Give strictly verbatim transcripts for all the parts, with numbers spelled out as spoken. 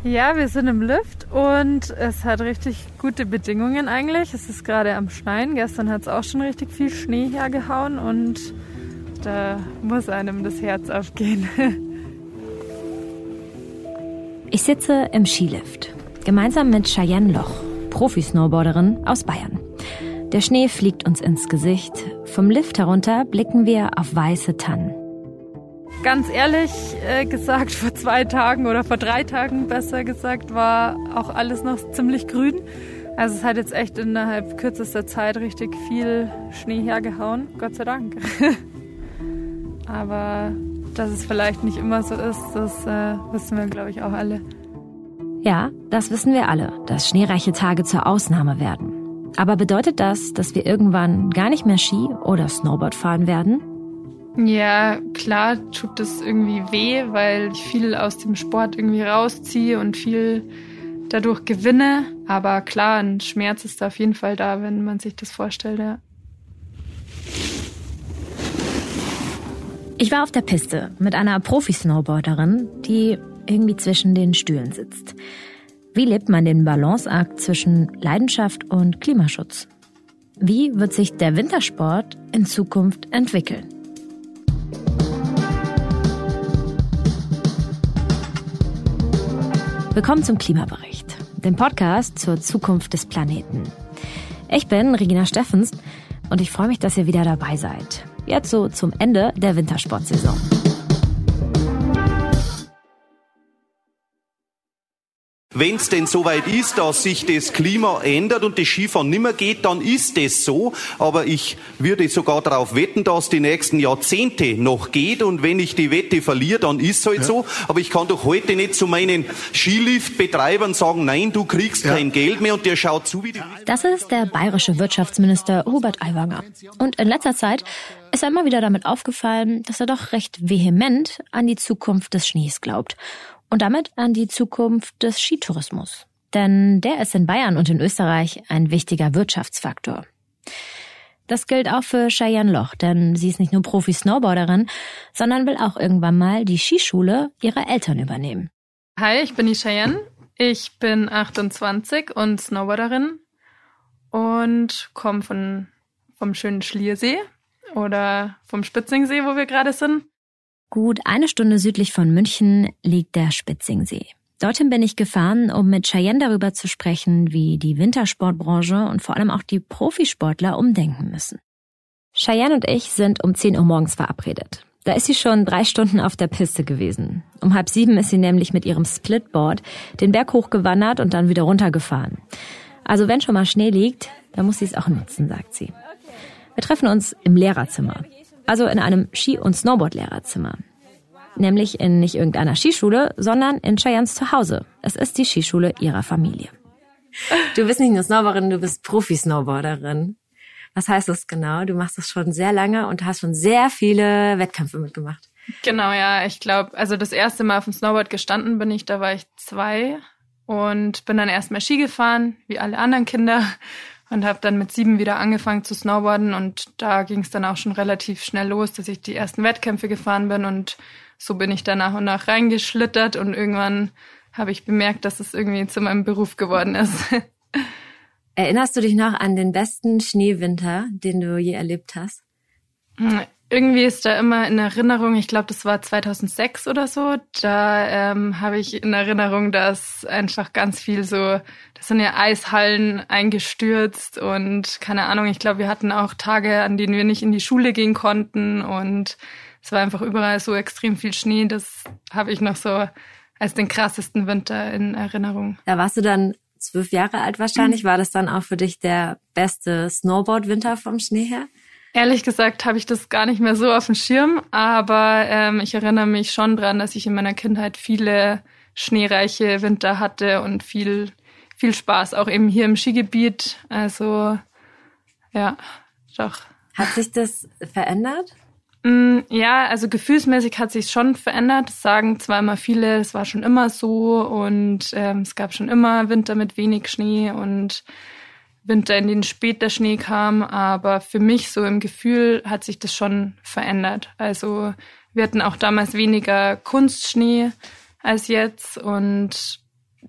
Ja, wir sind im Lift und es hat richtig gute Bedingungen eigentlich. Es ist gerade am Schneien. Gestern hat es auch schon richtig viel Schnee hergehauen und da muss einem das Herz aufgehen. Ich sitze im Skilift, gemeinsam mit Cheyenne Loch, Profi-Snowboarderin aus Bayern. Der Schnee fliegt uns ins Gesicht. Vom Lift herunter blicken wir auf weiße Tannen. Ganz ehrlich äh, gesagt, vor zwei Tagen oder vor drei Tagen besser gesagt, war auch alles noch ziemlich grün. Also es hat jetzt echt innerhalb kürzester Zeit richtig viel Schnee hergehauen, Gott sei Dank. Aber dass es vielleicht nicht immer so ist, das äh, wissen wir, glaube ich, auch alle. Ja, das wissen wir alle, dass schneereiche Tage zur Ausnahme werden. Aber bedeutet das, dass wir irgendwann gar nicht mehr Ski oder Snowboard fahren werden? Ja, klar tut das irgendwie weh, weil ich viel aus dem Sport irgendwie rausziehe und viel dadurch gewinne. Aber klar, ein Schmerz ist da auf jeden Fall da, wenn man sich das vorstellt, ja. Ich war auf der Piste mit einer Profi-Snowboarderin, die irgendwie zwischen den Stühlen sitzt. Wie lebt man den Balanceakt zwischen Leidenschaft und Klimaschutz? Wie wird sich der Wintersport in Zukunft entwickeln? Willkommen zum Klimabericht, dem Podcast zur Zukunft des Planeten. Ich bin Regina Steffens und ich freue mich, dass ihr wieder dabei seid. Jetzt so zum Ende der Wintersportsaison. Wenn es denn soweit ist, dass sich das Klima ändert und das Skifahren nicht mehr geht, dann ist es so. Aber ich würde sogar darauf wetten, dass die nächsten Jahrzehnte noch geht. Und wenn ich die Wette verliere, dann ist es halt ja so. Aber ich kann doch heute nicht zu meinen Skiliftbetreibern sagen, nein, du kriegst ja kein Geld mehr und der schaut zu, wie die... Das ist der bayerische Wirtschaftsminister Hubert Aiwanger. Und in letzter Zeit ist er immer wieder damit aufgefallen, dass er doch recht vehement an die Zukunft des Schnees glaubt. Und damit an die Zukunft des Skitourismus. Denn der ist in Bayern und in Österreich ein wichtiger Wirtschaftsfaktor. Das gilt auch für Cheyenne Loch, denn sie ist nicht nur Profi-Snowboarderin, sondern will auch irgendwann mal die Skischule ihrer Eltern übernehmen. Hi, ich bin die Cheyenne. Ich bin achtundzwanzig und Snowboarderin und komme von, vom schönen Schliersee oder vom Spitzingsee, wo wir gerade sind. Gut eine Stunde südlich von München liegt der Spitzingsee. Dorthin bin ich gefahren, um mit Cheyenne darüber zu sprechen, wie die Wintersportbranche und vor allem auch die Profisportler umdenken müssen. Cheyenne und ich sind um zehn Uhr morgens verabredet. Da ist sie schon drei Stunden auf der Piste gewesen. Um halb sieben ist sie nämlich mit ihrem Splitboard den Berg hochgewandert und dann wieder runtergefahren. Also wenn schon mal Schnee liegt, dann muss sie es auch nutzen, sagt sie. Wir treffen uns im Lehrerzimmer. Also in einem Ski- und Snowboard-Lehrerzimmer. Nämlich in nicht irgendeiner Skischule, sondern in Cheyennes Zuhause. Es ist die Skischule ihrer Familie. Du bist nicht nur Snowboarderin, du bist Profi-Snowboarderin. Was heißt das genau? Du machst das schon sehr lange und hast schon sehr viele Wettkämpfe mitgemacht. Genau, ja. Ich glaube, also das erste Mal auf dem Snowboard gestanden bin ich, da war ich zwei und bin dann erstmal Ski gefahren, wie alle anderen Kinder. Und habe dann mit sieben wieder angefangen zu snowboarden und da ging es dann auch schon relativ schnell los, dass ich die ersten Wettkämpfe gefahren bin und so bin ich dann nach und nach reingeschlittert und irgendwann habe ich bemerkt, dass es irgendwie zu meinem Beruf geworden ist. Erinnerst du dich noch an den besten Schneewinter, den du je erlebt hast? Irgendwie ist da immer in Erinnerung, ich glaube, das war zweitausendsechs oder so, da ähm, habe ich in Erinnerung, dass einfach ganz viel so, das sind ja Eishallen eingestürzt und keine Ahnung, ich glaube, wir hatten auch Tage, an denen wir nicht in die Schule gehen konnten und es war einfach überall so extrem viel Schnee, das habe ich noch so als den krassesten Winter in Erinnerung. Da warst du dann zwölf Jahre alt wahrscheinlich, war das dann auch für dich der beste Snowboard-Winter vom Schnee her? Ehrlich gesagt habe ich das gar nicht mehr so auf dem Schirm, aber ähm, ich erinnere mich schon dran, dass ich in meiner Kindheit viele schneereiche Winter hatte und viel viel Spaß, auch eben hier im Skigebiet. Also ja, doch. Hat sich das verändert? Mm, ja, also gefühlsmäßig hat sich schon verändert. Das sagen zwar immer viele, es war schon immer so und ähm, es gab schon immer Winter mit wenig Schnee und Winter, in denen spät der Schnee kam, aber für mich so im Gefühl hat sich das schon verändert. Also wir hatten auch damals weniger Kunstschnee als jetzt und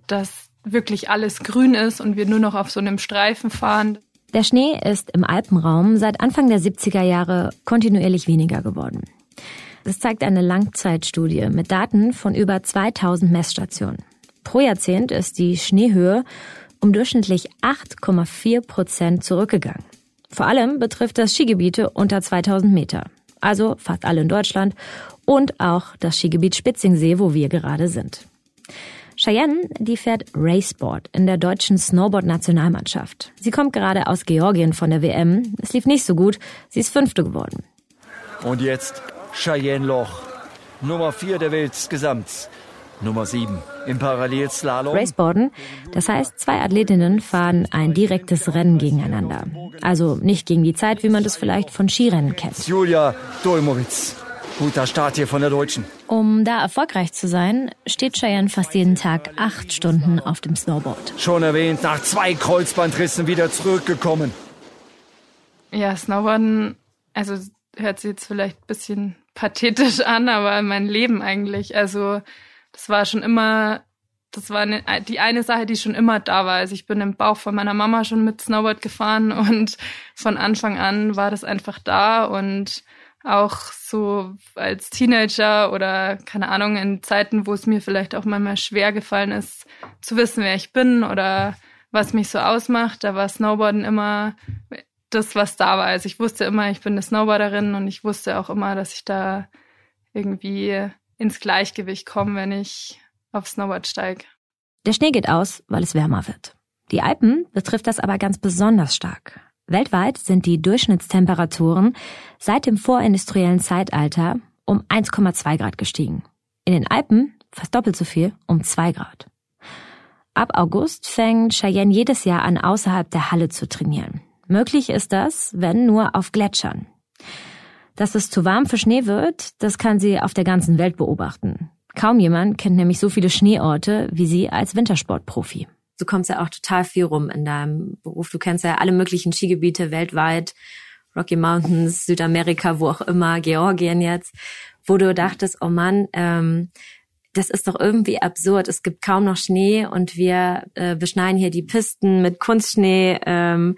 dass wirklich alles grün ist und wir nur noch auf so einem Streifen fahren. Der Schnee ist im Alpenraum seit Anfang der siebziger Jahre kontinuierlich weniger geworden. Das zeigt eine Langzeitstudie mit Daten von über zweitausend Messstationen. Pro Jahrzehnt ist die Schneehöhe um durchschnittlich acht Komma vier Prozent zurückgegangen. Vor allem betrifft das Skigebiete unter zweitausend Meter, also fast alle in Deutschland und auch das Skigebiet Spitzingsee, wo wir gerade sind. Cheyenne, die fährt Raceboard in der deutschen Snowboard-Nationalmannschaft. Sie kommt gerade aus Georgien von der W M. Es lief nicht so gut, sie ist Fünfte geworden. Und jetzt Cheyenne Loch, Nummer vier der Welt gesamt, Nummer sieben im Parallelslalom. Raceboarden, das heißt, zwei Athletinnen fahren ein direktes Rennen gegeneinander. Also nicht gegen die Zeit, wie man das vielleicht von Skirennen kennt. Julia Dolmoritz, guter Start hier von der Deutschen. Um da erfolgreich zu sein, steht Cheyenne fast jeden Tag acht Stunden auf dem Snowboard. Schon erwähnt, nach zwei Kreuzbandrissen wieder zurückgekommen. Ja, Snowboarden, also hört sich jetzt vielleicht ein bisschen pathetisch an, aber mein Leben eigentlich, also das war schon immer, das war eine, die eine Sache, die schon immer da war. Also ich bin im Bauch von meiner Mama schon mit Snowboard gefahren und von Anfang an war das einfach da und auch so als Teenager oder keine Ahnung, in Zeiten, wo es mir vielleicht auch manchmal schwer gefallen ist, zu wissen, wer ich bin oder was mich so ausmacht, da war Snowboarden immer das, was da war. Also ich wusste immer, ich bin eine Snowboarderin und ich wusste auch immer, dass ich da irgendwie ins Gleichgewicht komme, wenn ich auf Snowboard steige. Der Schnee geht aus, weil es wärmer wird. Die Alpen betrifft das aber ganz besonders stark. Weltweit sind die Durchschnittstemperaturen seit dem vorindustriellen Zeitalter um eins Komma zwei Grad gestiegen. In den Alpen fast doppelt so viel, um zwei Grad. Ab August fängt Cheyenne jedes Jahr an, außerhalb der Halle zu trainieren. Möglich ist das, wenn nur auf Gletschern. Dass es zu warm für Schnee wird, das kann sie auf der ganzen Welt beobachten. Kaum jemand kennt nämlich so viele Schneeorte wie sie als Wintersportprofi. Du kommst ja auch total viel rum in deinem Beruf. Du kennst ja alle möglichen Skigebiete weltweit, Rocky Mountains, Südamerika, wo auch immer, Georgien jetzt, wo du dachtest, oh Mann, ähm, das ist doch irgendwie absurd. Es gibt kaum noch Schnee und wir äh, beschneien hier die Pisten mit Kunstschnee. Ähm,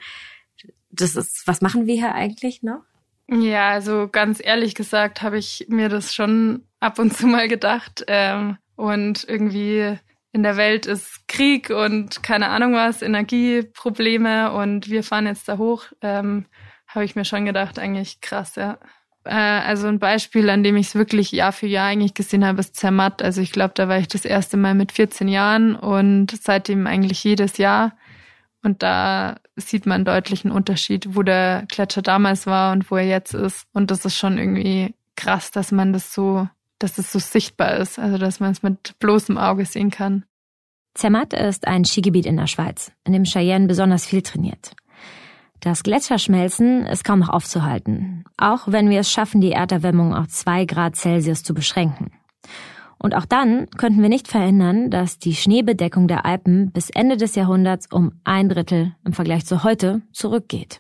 das ist, was machen wir hier eigentlich noch? Ja, also ganz ehrlich gesagt habe ich mir das schon ab und zu mal gedacht. Ähm, und irgendwie in der Welt ist Krieg und keine Ahnung was, Energieprobleme und wir fahren jetzt da hoch. Ähm, habe ich mir schon gedacht, eigentlich krass, ja. Äh, also ein Beispiel, an dem ich es wirklich Jahr für Jahr eigentlich gesehen habe, ist Zermatt. Also ich glaube, da war ich das erste Mal mit vierzehn Jahren und seitdem eigentlich jedes Jahr. Und da sieht man deutlich einen Unterschied, wo der Gletscher damals war und wo er jetzt ist. Und das ist schon irgendwie krass, dass man das so, dass es so sichtbar ist. Also, dass man es mit bloßem Auge sehen kann. Zermatt ist ein Skigebiet in der Schweiz, in dem Cheyenne besonders viel trainiert. Das Gletscherschmelzen ist kaum noch aufzuhalten. Auch wenn wir es schaffen, die Erderwärmung auf zwei Grad Celsius zu beschränken. Und auch dann könnten wir nicht verhindern, dass die Schneebedeckung der Alpen bis Ende des Jahrhunderts um ein Drittel im Vergleich zu heute zurückgeht.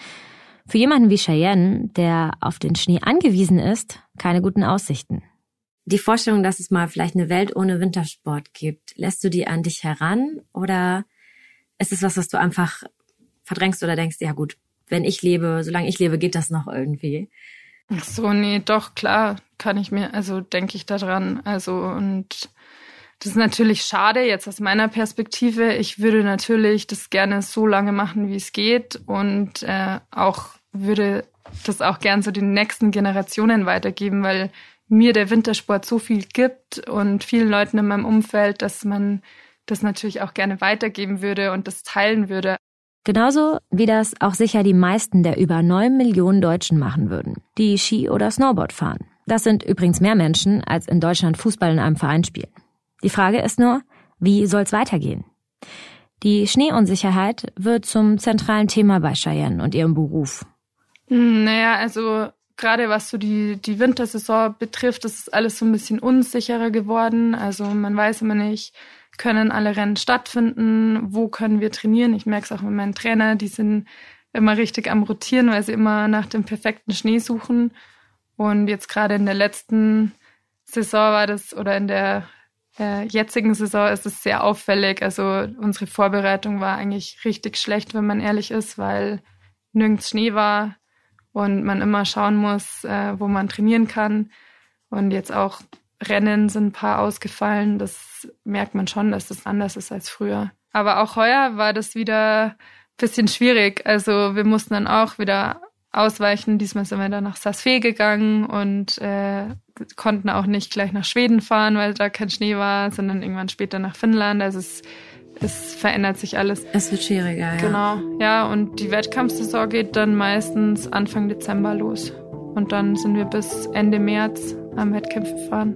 Für jemanden wie Cheyenne, der auf den Schnee angewiesen ist, keine guten Aussichten. Die Vorstellung, dass es mal vielleicht eine Welt ohne Wintersport gibt, lässt du die an dich heran oder ist es was, was du einfach verdrängst oder denkst, ja gut, wenn ich lebe, solange ich lebe, geht das noch irgendwie? Ach so, nee, doch, klar, kann ich mir, also denke ich da dran. Also und das ist natürlich schade jetzt aus meiner Perspektive. Ich würde natürlich das gerne so lange machen, wie es geht und äh, auch würde das auch gern so den nächsten Generationen weitergeben, weil mir der Wintersport so viel gibt und vielen Leuten in meinem Umfeld, dass man das natürlich auch gerne weitergeben würde und das teilen würde. Genauso wie das auch sicher die meisten der über neun Millionen Deutschen machen würden, die Ski oder Snowboard fahren. Das sind übrigens mehr Menschen, als in Deutschland Fußball in einem Verein spielen. Die Frage ist nur, wie soll's weitergehen? Die Schneeunsicherheit wird zum zentralen Thema bei Cheyenne und ihrem Beruf. Naja, also gerade was so die, die Wintersaison betrifft, das ist alles so ein bisschen unsicherer geworden. Also man weiß immer nicht, können alle Rennen stattfinden, wo können wir trainieren. Ich merke es auch mit meinen Trainer, die sind immer richtig am Rotieren, weil sie immer nach dem perfekten Schnee suchen. Und jetzt gerade in der letzten Saison war das, oder in der äh, jetzigen Saison ist es sehr auffällig. Also unsere Vorbereitung war eigentlich richtig schlecht, wenn man ehrlich ist, weil nirgends Schnee war und man immer schauen muss, äh, wo man trainieren kann. Und jetzt auch Rennen sind ein paar ausgefallen. Das merkt man schon, dass das anders ist als früher. Aber auch heuer war das wieder ein bisschen schwierig. Also wir mussten dann auch wieder ausweichen. Diesmal sind wir dann nach Saas-Fee gegangen und äh, konnten auch nicht gleich nach Schweden fahren, weil da kein Schnee war, sondern irgendwann später nach Finnland. Also es, es verändert sich alles. Es wird schwieriger, ja. Genau, ja. Und die Wettkampfsaison geht dann meistens Anfang Dezember los. Und dann sind wir bis Ende März am Wettkämpfe fahren.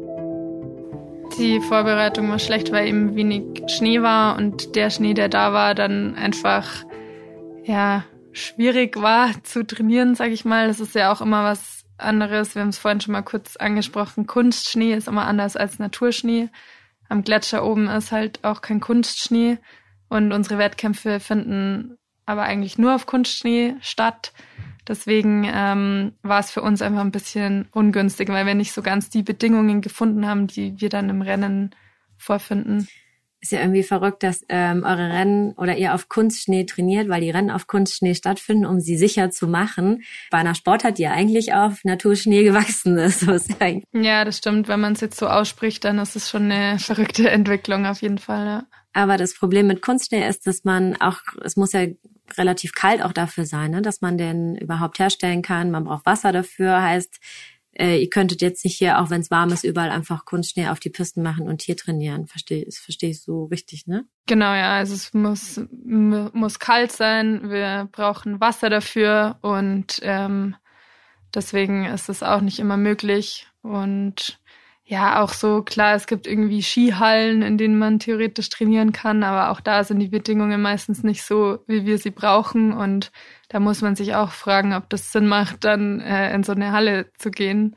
Die Vorbereitung war schlecht, weil eben wenig Schnee war und der Schnee, der da war, dann einfach ja schwierig war zu trainieren, sag ich mal. Das ist ja auch immer was anderes. Wir haben es vorhin schon mal kurz angesprochen. Kunstschnee ist immer anders als Naturschnee. Am Gletscher oben ist halt auch kein Kunstschnee und unsere Wettkämpfe finden aber eigentlich nur auf Kunstschnee statt. Deswegen ähm, war es für uns einfach ein bisschen ungünstig, weil wir nicht so ganz die Bedingungen gefunden haben, die wir dann im Rennen vorfinden. Ist ja irgendwie verrückt, dass ähm, eure Rennen oder ihr auf Kunstschnee trainiert, weil die Rennen auf Kunstschnee stattfinden, um sie sicher zu machen. Bei einer Sportart, die ja eigentlich auf Naturschnee gewachsen ist. So ist ja, ja, das stimmt. Wenn man es jetzt so ausspricht, dann ist es schon eine verrückte Entwicklung auf jeden Fall, ja. Aber das Problem mit Kunstschnee ist, dass man auch, es muss ja relativ kalt auch dafür sein, ne, dass man den überhaupt herstellen kann. Man braucht Wasser dafür, heißt, äh, ihr könntet jetzt nicht hier, auch wenn es warm ist, überall einfach Kunstschnee auf die Pisten machen und hier trainieren. Verstehe das verstehe ich so richtig, ne? Genau, ja. Also es muss m- muss kalt sein. Wir brauchen Wasser dafür und ähm, deswegen ist es auch nicht immer möglich. Und ja, auch so, klar, es gibt irgendwie Skihallen, in denen man theoretisch trainieren kann, aber auch da sind die Bedingungen meistens nicht so, wie wir sie brauchen. Und da muss man sich auch fragen, ob das Sinn macht, dann äh, in so eine Halle zu gehen.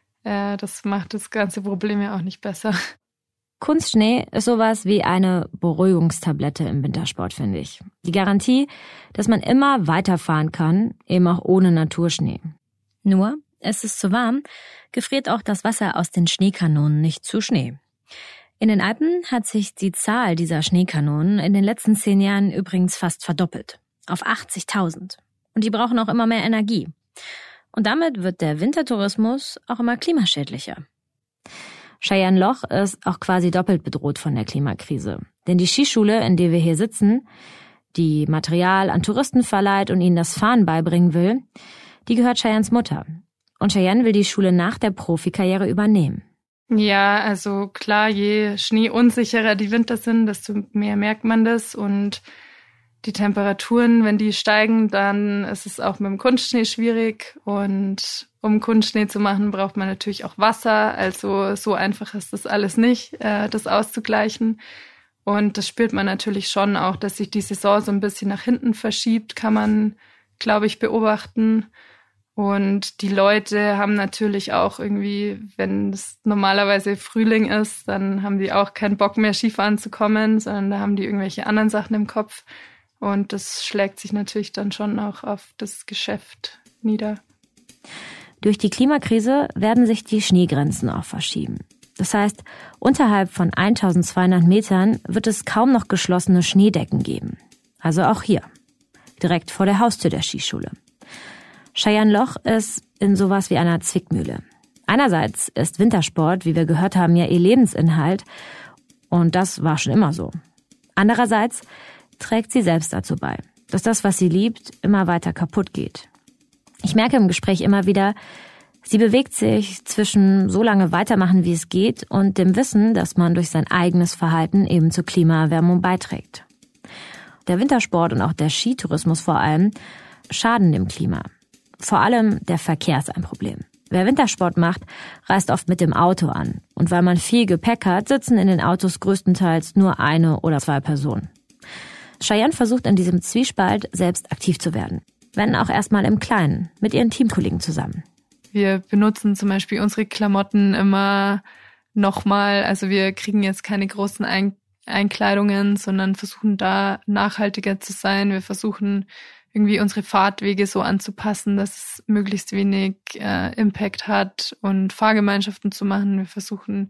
Äh, das macht das ganze Problem ja auch nicht besser. Kunstschnee ist sowas wie eine Beruhigungstablette im Wintersport, finde ich. Die Garantie, dass man immer weiterfahren kann, eben auch ohne Naturschnee. Nur, es ist zu warm, gefriert auch das Wasser aus den Schneekanonen nicht zu Schnee. In den Alpen hat sich die Zahl dieser Schneekanonen in den letzten zehn Jahren übrigens fast verdoppelt, auf achtzigtausend. Und die brauchen auch immer mehr Energie. Und damit wird der Wintertourismus auch immer klimaschädlicher. Cheyenne Loch ist auch quasi doppelt bedroht von der Klimakrise. Denn die Skischule, in der wir hier sitzen, die Material an Touristen verleiht und ihnen das Fahren beibringen will, die gehört Cheyennes Mutter. Und Cheyenne will die Schule nach der Profikarriere übernehmen. Ja, also klar, je schneeunsicherer die Winter sind, desto mehr merkt man das. Und die Temperaturen, wenn die steigen, dann ist es auch mit dem Kunstschnee schwierig. Und um Kunstschnee zu machen, braucht man natürlich auch Wasser. Also so einfach ist das alles nicht, äh, das auszugleichen. Und das spürt man natürlich schon auch, dass sich die Saison so ein bisschen nach hinten verschiebt, kann man, glaube ich, beobachten. Und die Leute haben natürlich auch irgendwie, wenn es normalerweise Frühling ist, dann haben die auch keinen Bock mehr Skifahren zu kommen, sondern da haben die irgendwelche anderen Sachen im Kopf. Und das schlägt sich natürlich dann schon auch auf das Geschäft nieder. Durch die Klimakrise werden sich die Schneegrenzen auch verschieben. Das heißt, unterhalb von eintausendzweihundert Metern wird es kaum noch geschlossene Schneedecken geben. Also auch hier, direkt vor der Haustür der Skischule. Cheyenne Loch ist in sowas wie einer Zwickmühle. Einerseits ist Wintersport, wie wir gehört haben, ja ihr Lebensinhalt. Und das war schon immer so. Andererseits trägt sie selbst dazu bei, dass das, was sie liebt, immer weiter kaputt geht. Ich merke im Gespräch immer wieder, sie bewegt sich zwischen so lange weitermachen, wie es geht, und dem Wissen, dass man durch sein eigenes Verhalten eben zur Klimaerwärmung beiträgt. Der Wintersport und auch der Skitourismus vor allem schaden dem Klima. Vor allem der Verkehr ist ein Problem. Wer Wintersport macht, reist oft mit dem Auto an. Und weil man viel Gepäck hat, sitzen in den Autos größtenteils nur eine oder zwei Personen. Cheyenne versucht in diesem Zwiespalt selbst aktiv zu werden. Wenn auch erstmal im Kleinen, mit ihren Teamkollegen zusammen. Wir benutzen zum Beispiel unsere Klamotten immer nochmal. Also wir kriegen jetzt keine großen Ein- Einkleidungen, sondern versuchen da nachhaltiger zu sein. Wir versuchen irgendwie unsere Fahrtwege so anzupassen, dass es möglichst wenig äh, Impact hat und Fahrgemeinschaften zu machen. Wir versuchen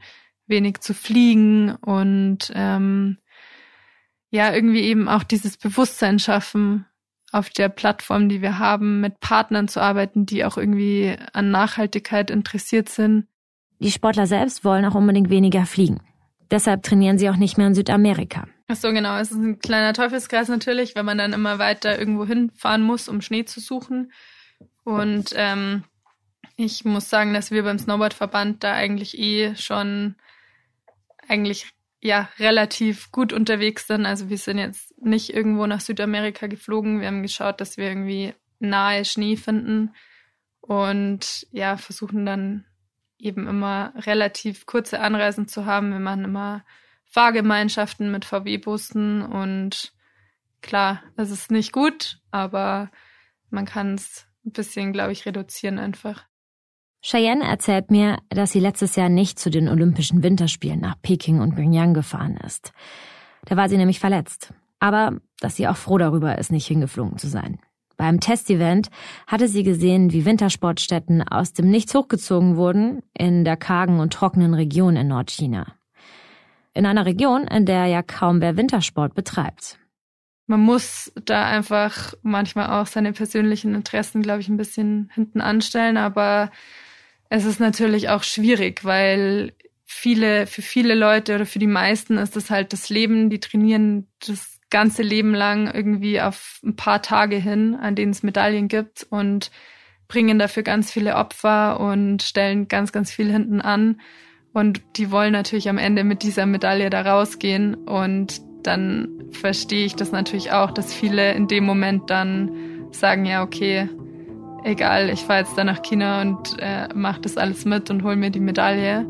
wenig zu fliegen und ähm, ja, irgendwie eben auch dieses Bewusstsein schaffen, auf der Plattform, die wir haben, mit Partnern zu arbeiten, die auch irgendwie an Nachhaltigkeit interessiert sind. Die Sportler selbst wollen auch unbedingt weniger fliegen. Deshalb trainieren sie auch nicht mehr in Südamerika. Ach so, genau. Es ist ein kleiner Teufelskreis natürlich, wenn man dann immer weiter irgendwo hinfahren muss, um Schnee zu suchen. Und ähm, ich muss sagen, dass wir beim Snowboardverband da eigentlich eh schon eigentlich ja relativ gut unterwegs sind. Also wir sind jetzt nicht irgendwo nach Südamerika geflogen. Wir haben geschaut, dass wir irgendwie nahe Schnee finden und ja, versuchen dann eben immer relativ kurze Anreisen zu haben. Wir machen immer Fahrgemeinschaften mit V W-Bussen und klar, es ist nicht gut, aber man kann es ein bisschen, glaube ich, reduzieren einfach. Cheyenne erzählt mir, dass sie letztes Jahr nicht zu den Olympischen Winterspielen nach Peking und Pyongyang gefahren ist. Da war sie nämlich verletzt. Aber dass sie auch froh darüber ist, nicht hingeflogen zu sein. Beim Testevent hatte sie gesehen, wie Wintersportstätten aus dem Nichts hochgezogen wurden in der kargen und trockenen Region in Nordchina. In einer Region, in der ja kaum wer Wintersport betreibt. Man muss da einfach manchmal auch seine persönlichen Interessen, glaube ich, ein bisschen hinten anstellen, aber es ist natürlich auch schwierig, weil viele, für viele Leute oder für die meisten ist das halt das Leben, die trainieren das ganze Leben lang irgendwie auf ein paar Tage hin, an denen es Medaillen gibt und bringen dafür ganz viele Opfer und stellen ganz, ganz viel hinten an und die wollen natürlich am Ende mit dieser Medaille da rausgehen und dann verstehe ich das natürlich auch, dass viele in dem Moment dann sagen, ja okay, egal, ich fahre jetzt da nach China und äh, mache das alles mit und hol mir die Medaille.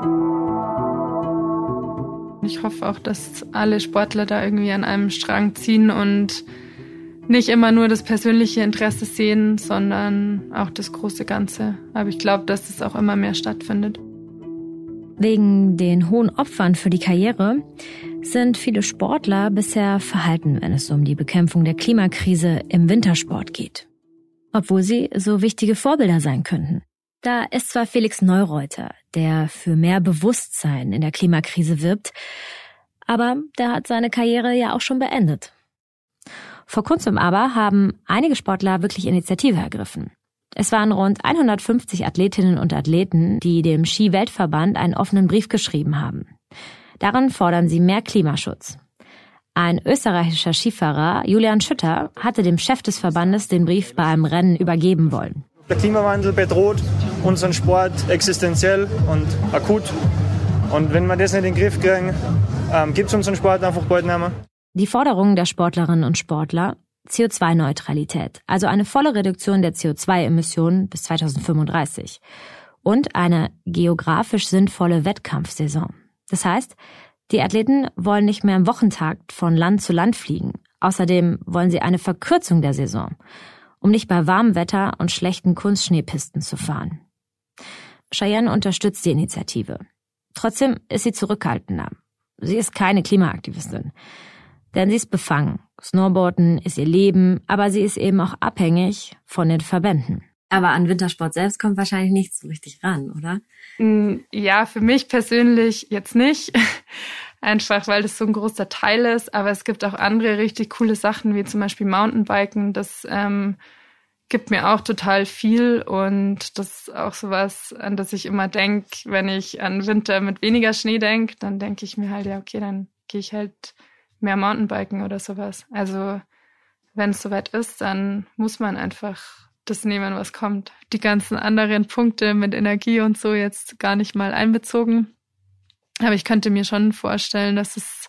Ich hoffe auch, dass alle Sportler da irgendwie an einem Strang ziehen und nicht immer nur das persönliche Interesse sehen, sondern auch das große Ganze. Aber ich glaube, dass es auch immer mehr stattfindet. Wegen den hohen Opfern für die Karriere sind viele Sportler bisher verhalten, wenn es um die Bekämpfung der Klimakrise im Wintersport geht. Obwohl sie so wichtige Vorbilder sein könnten. Da ist zwar Felix Neureuter, der für mehr Bewusstsein in der Klimakrise wirbt, aber der hat seine Karriere ja auch schon beendet. Vor kurzem aber haben einige Sportler wirklich Initiative ergriffen. Es waren rund hundertfünfzig Athletinnen und Athleten, die dem Ski-Weltverband einen offenen Brief geschrieben haben. Darin fordern sie mehr Klimaschutz. Ein österreichischer Skifahrer, Julian Schütter, hatte dem Chef des Verbandes den Brief bei einem Rennen übergeben wollen. Der Klimawandel bedroht unseren Sport existenziell und akut. Und wenn wir das nicht in den Griff kriegen, ähm, gibt es unseren Sport einfach bald nicht mehr. Die Forderungen der Sportlerinnen und Sportler: C O zwei Neutralität, also eine volle Reduktion der C O zwei Emissionen bis zweitausendfünfunddreißig. Und eine geografisch sinnvolle Wettkampfsaison. Das heißt, die Athleten wollen nicht mehr im Wochentakt von Land zu Land fliegen. Außerdem wollen sie eine Verkürzung der Saison, um nicht bei warmem Wetter und schlechten Kunstschneepisten zu fahren. Cheyenne unterstützt die Initiative. Trotzdem ist sie zurückhaltender. Sie ist keine Klimaaktivistin. Denn sie ist befangen. Snowboarden ist ihr Leben, aber sie ist eben auch abhängig von den Verbänden. Aber an Wintersport selbst kommt wahrscheinlich nichts so richtig ran, oder? Ja, für mich persönlich jetzt nicht. Einfach, weil das so ein großer Teil ist. Aber es gibt auch andere richtig coole Sachen, wie zum Beispiel Mountainbiken. Das ähm, gibt mir auch total viel. Und das ist auch sowas, an das ich immer denke, wenn ich an Winter mit weniger Schnee denke, dann denke ich mir halt, ja, okay, dann gehe ich halt mehr Mountainbiken oder sowas. Also wenn es soweit ist, dann muss man einfach das nehmen, was kommt. Die ganzen anderen Punkte mit Energie und so jetzt gar nicht mal einbezogen. Aber ich könnte mir schon vorstellen, dass es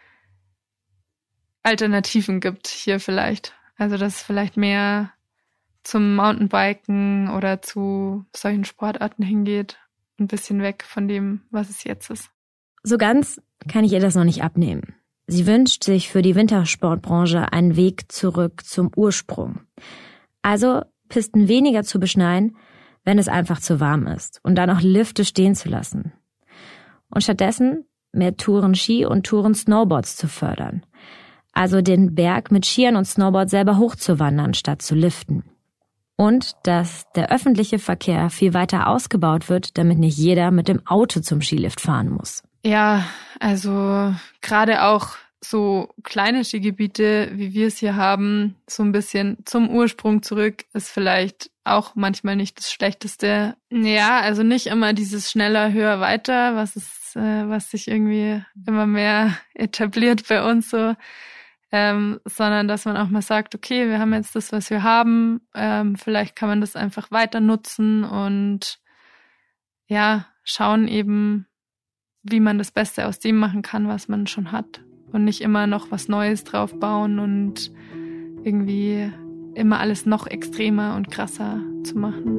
Alternativen gibt hier vielleicht. Also dass es vielleicht mehr zum Mountainbiken oder zu solchen Sportarten hingeht. Ein bisschen weg von dem, was es jetzt ist. So ganz kann ich ihr das noch nicht abnehmen. Sie wünscht sich für die Wintersportbranche einen Weg zurück zum Ursprung. Also Pisten weniger zu beschneien, wenn es einfach zu warm ist und dann auch Lifte stehen zu lassen. Und stattdessen mehr Touren-Ski und Touren-Snowboards zu fördern. Also den Berg mit Skiern und Snowboard selber hochzuwandern, statt zu liften. Und dass der öffentliche Verkehr viel weiter ausgebaut wird, damit nicht jeder mit dem Auto zum Skilift fahren muss. Ja, also gerade auch so kleine Skigebiete, wie wir es hier haben, so ein bisschen zum Ursprung zurück, ist vielleicht auch manchmal nicht das Schlechteste. Ja, also nicht immer dieses schneller, höher, weiter, was ist, äh, was sich irgendwie immer mehr etabliert bei uns so. Ähm, sondern dass man auch mal sagt, okay, wir haben jetzt das, was wir haben, ähm, vielleicht kann man das einfach weiter nutzen und ja, schauen eben, wie man das Beste aus dem machen kann, was man schon hat und nicht immer noch was Neues drauf bauen und irgendwie immer alles noch extremer und krasser zu machen.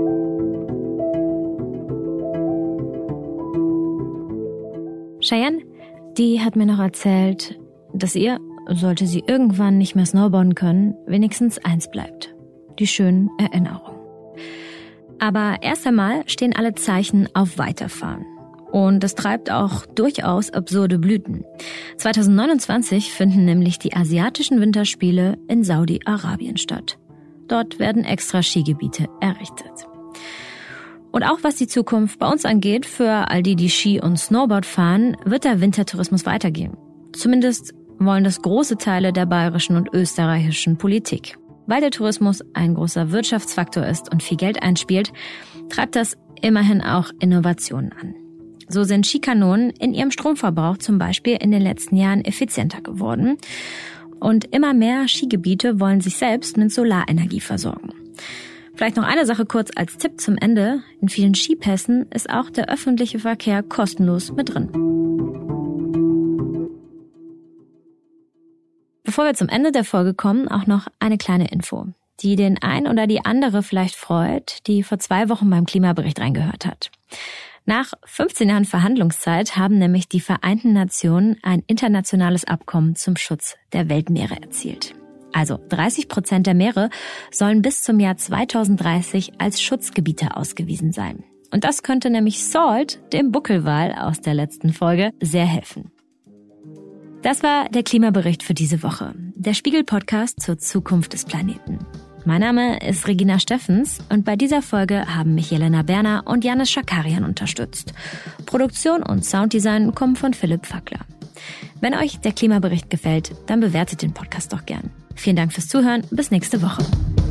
Cheyenne, die hat mir noch erzählt, dass ihr, sollte sie irgendwann nicht mehr snowboarden können, wenigstens eins bleibt: die schönen Erinnerungen. Aber erst einmal stehen alle Zeichen auf Weiterfahren. Und das treibt auch durchaus absurde Blüten. zwanzig neunundzwanzig finden nämlich die asiatischen Winterspiele in Saudi-Arabien statt. Dort werden extra Skigebiete errichtet. Und auch was die Zukunft bei uns angeht, für all die, die Ski und Snowboard fahren, wird der Wintertourismus weitergehen. Zumindest wollen das große Teile der bayerischen und österreichischen Politik. Weil der Tourismus ein großer Wirtschaftsfaktor ist und viel Geld einspielt, treibt das immerhin auch Innovationen an. So sind Skikanonen in ihrem Stromverbrauch zum Beispiel in den letzten Jahren effizienter geworden. Und immer mehr Skigebiete wollen sich selbst mit Solarenergie versorgen. Vielleicht noch eine Sache kurz als Tipp zum Ende. In vielen Skipässen ist auch der öffentliche Verkehr kostenlos mit drin. Bevor wir zum Ende der Folge kommen, auch noch eine kleine Info, die den ein oder die andere vielleicht freut, die vor zwei Wochen beim Klimabericht reingehört hat. Nach fünfzehn Jahren Verhandlungszeit haben nämlich die Vereinten Nationen ein internationales Abkommen zum Schutz der Weltmeere erzielt. Also dreißig Prozent der Meere sollen bis zum Jahr zweitausenddreißig als Schutzgebiete ausgewiesen sein. Und das könnte nämlich Salt, dem Buckelwal aus der letzten Folge, sehr helfen. Das war der Klimabericht für diese Woche, der Spiegel-Podcast zur Zukunft des Planeten. Mein Name ist Regina Steffens und bei dieser Folge haben mich Jelena Berner und Janis Schakarian unterstützt. Produktion und Sounddesign kommen von Philipp Fackler. Wenn euch der Klimabericht gefällt, dann bewertet den Podcast doch gern. Vielen Dank fürs Zuhören, bis nächste Woche.